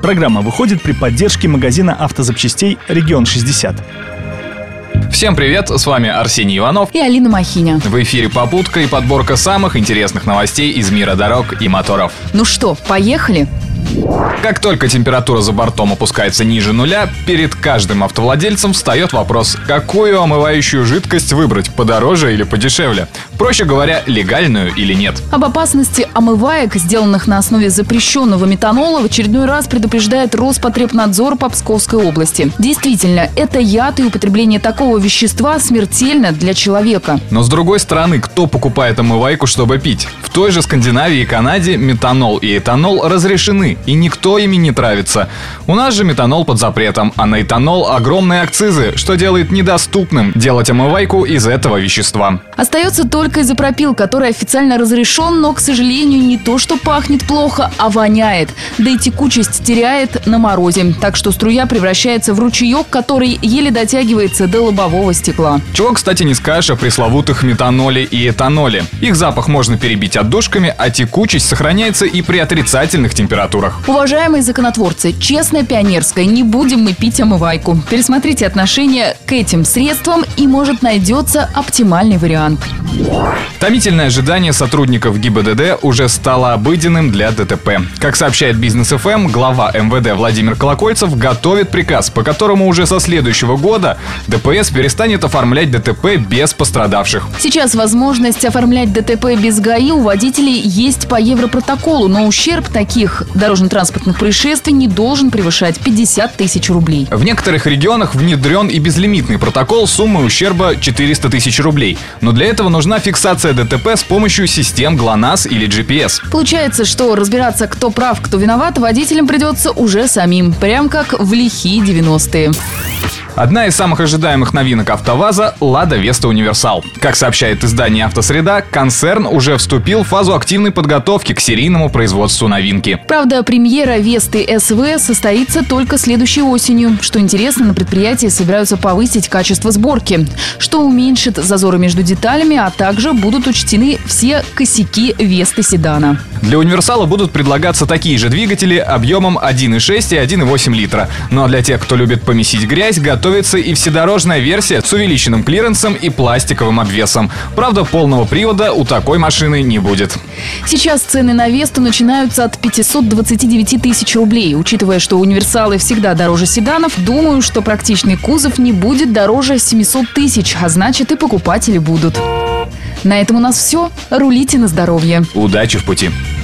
Программа выходит при поддержке магазина автозапчастей «Регион 60». Всем привет, с вами Арсений Иванов и Алина Махиня. В эфире «Попутка» и подборка самых интересных новостей из мира дорог и моторов. Ну что, поехали? Как только температура за бортом опускается ниже нуля, перед каждым автовладельцем встает вопрос, какую омывающую жидкость выбрать, подороже или подешевле. Проще говоря, легальную или нет. Об опасности омываек, сделанных на основе запрещенного метанола, в очередной раз предупреждает Роспотребнадзор по Псковской области. Действительно, это яд, и употребление такого вещества смертельно для человека. Но с другой стороны, кто покупает омывайку, чтобы пить? В той же Скандинавии и Канаде метанол и этанол разрешены, и никто ими не травится. У нас же метанол под запретом, а на этанол огромные акцизы, что делает недоступным делать омывайку из этого вещества. Остается только изопропил, который официально разрешен, но, к сожалению, не то что пахнет плохо, а воняет. Да и текучесть теряет на морозе. Так что струя превращается в ручеек, который еле дотягивается до лобового стекла. Чего, кстати, не скажешь о пресловутых метаноле и этаноле. Их запах можно перебить отдушками, а текучесть сохраняется и при отрицательных температурах. Уважаемые законотворцы, честное пионерское, не будем мы пить омывайку. Пересмотрите отношение к этим средствам, и, может, найдется оптимальный вариант. Томительное ожидание сотрудников ГИБДД уже стало обыденным для ДТП. Как сообщает Бизнес ФМ, глава МВД Владимир Колокольцев готовит приказ, по которому уже со следующего года ДПС перестанет оформлять ДТП без пострадавших. Сейчас возможность оформлять ДТП без ГАИ у водителей есть по Европротоколу, но ущерб таких дорожно-транспортных происшествий не должен превышать 50 тысяч рублей. В некоторых регионах внедрен и безлимитный протокол суммой ущерба 400 тысяч рублей. Но для этого нужна фиксация ДТП с помощью систем ГЛОНАСС или GPS. Получается, что разбираться, кто прав, кто виноват, водителям придется уже самим, прям как в лихие 90-е. Одна из самых ожидаемых новинок АвтоВАЗа – «Лада Веста Универсал». Как сообщает издание «Автосреда», концерн уже вступил в фазу активной подготовки к серийному производству новинки. Правда, премьера Весты СВ состоится только следующей осенью. Что интересно, на предприятии собираются повысить качество сборки, что уменьшит зазоры между деталями, а также будут учтены все косяки Весты седана. Для универсала будут предлагаться такие же двигатели объемом 1,6 и 1,8 литра. Ну а для тех, кто любит помесить грязь, готовится и вседорожная версия с увеличенным клиренсом и пластиковым обвесом. Правда, полного привода у такой машины не будет. Сейчас цены на Весту начинаются от 529 тысяч рублей. Учитывая, что универсалы всегда дороже седанов, думаю, что практичный кузов не будет дороже 700 тысяч, а значит, и покупатели будут. На этом у нас все. Рулите на здоровье. Удачи в пути.